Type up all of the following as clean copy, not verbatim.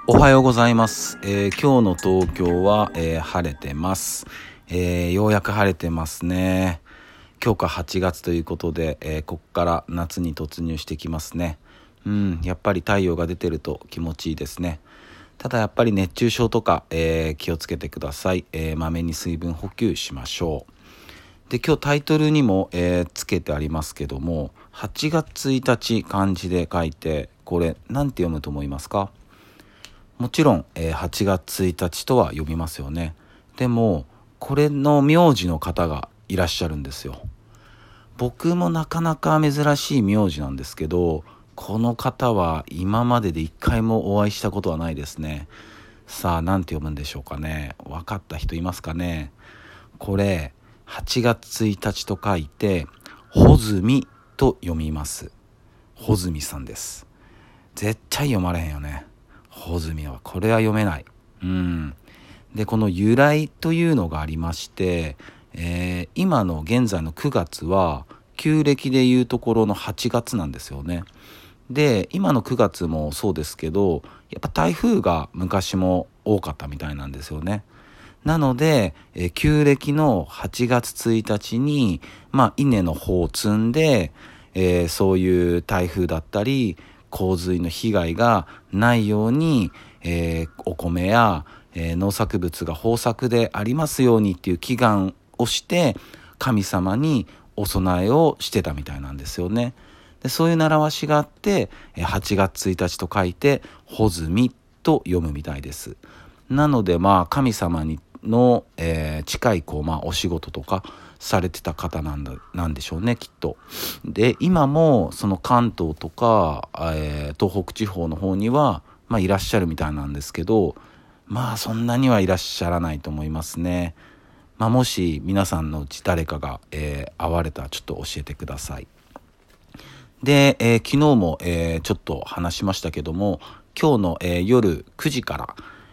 おはようございます。今日の東京は、晴れてます。ようやく晴れてますね。今日から8月ということで、こっから夏に突入してきますね。やっぱり太陽が出てると気持ちいいですね。ただやっぱり熱中症とか、気をつけてください。まめに水分補給しましょう。で、今日タイトルにも、つけてありますけども、8月1日漢字で書いて、これなんて読むと思いますか？もちろん、8月1日とは読みますよね。でもこれの名字の方がいらっしゃるんですよ。僕もなかなか珍しい名字なんですけど、この方は今までで一回もお会いしたことはないですね。さあ、なんて読むんでしょうかね。分かった人いますかね。これ8月1日と書いて穂積と読みます。穂積さんです。絶対読まれへんよね。穂積はこれは読めない。で、この由来というのがありまして、今の現在の9月は旧暦でいうところの8月なんですよね。で、今の9月もそうですけど、やっぱ台風が昔も多かったみたいなんですよね。なので、旧暦の8月1日に稲の穂を摘んで、そういう台風だったり洪水の被害がないように、お米や、農作物が豊作でありますようにっていう祈願をして神様にお供えをしてたみたいなんですよね。で、そういう習わしがあって8月1日と書いて穂積と読むみたいです。なので神様の、近いお仕事とかされてた方なんでしょうね、きっと。で、今もその関東とか、東北地方の方にはいらっしゃるみたいなんですけど、そんなにはいらっしゃらないと思いますね。もし皆さんのうち誰かが、会われたらちょっと教えてください。で、昨日も、ちょっと話しましたけども、今日の、夜9時から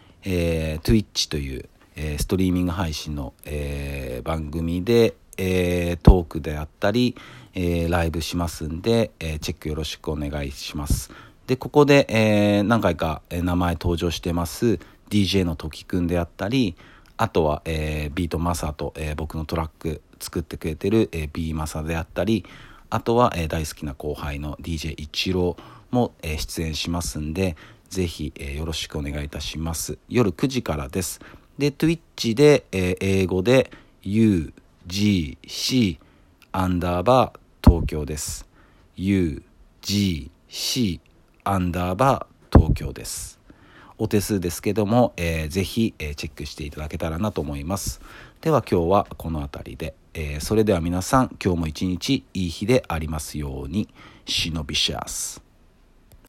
、Twitch という、ストリーミング配信の、番組で、トークであったり、ライブしますんで、チェックよろしくお願いします。で、ここで、何回か、名前登場してます DJ の時くんであったり、あとは、ビートマサと、僕のトラック作ってくれてる、B マサであったり、あとは、大好きな後輩の DJ 一郎も、出演しますんで、ぜひ、よろしくお願いいたします。夜9時からです。で、Twitch で、英語で UGC 東京です。UGC 東京です。お手数ですけども、ぜひ、チェックしていただけたらなと思います。では今日はこの辺りで、それでは皆さん、今日も一日いい日でありますように。シノビシャス。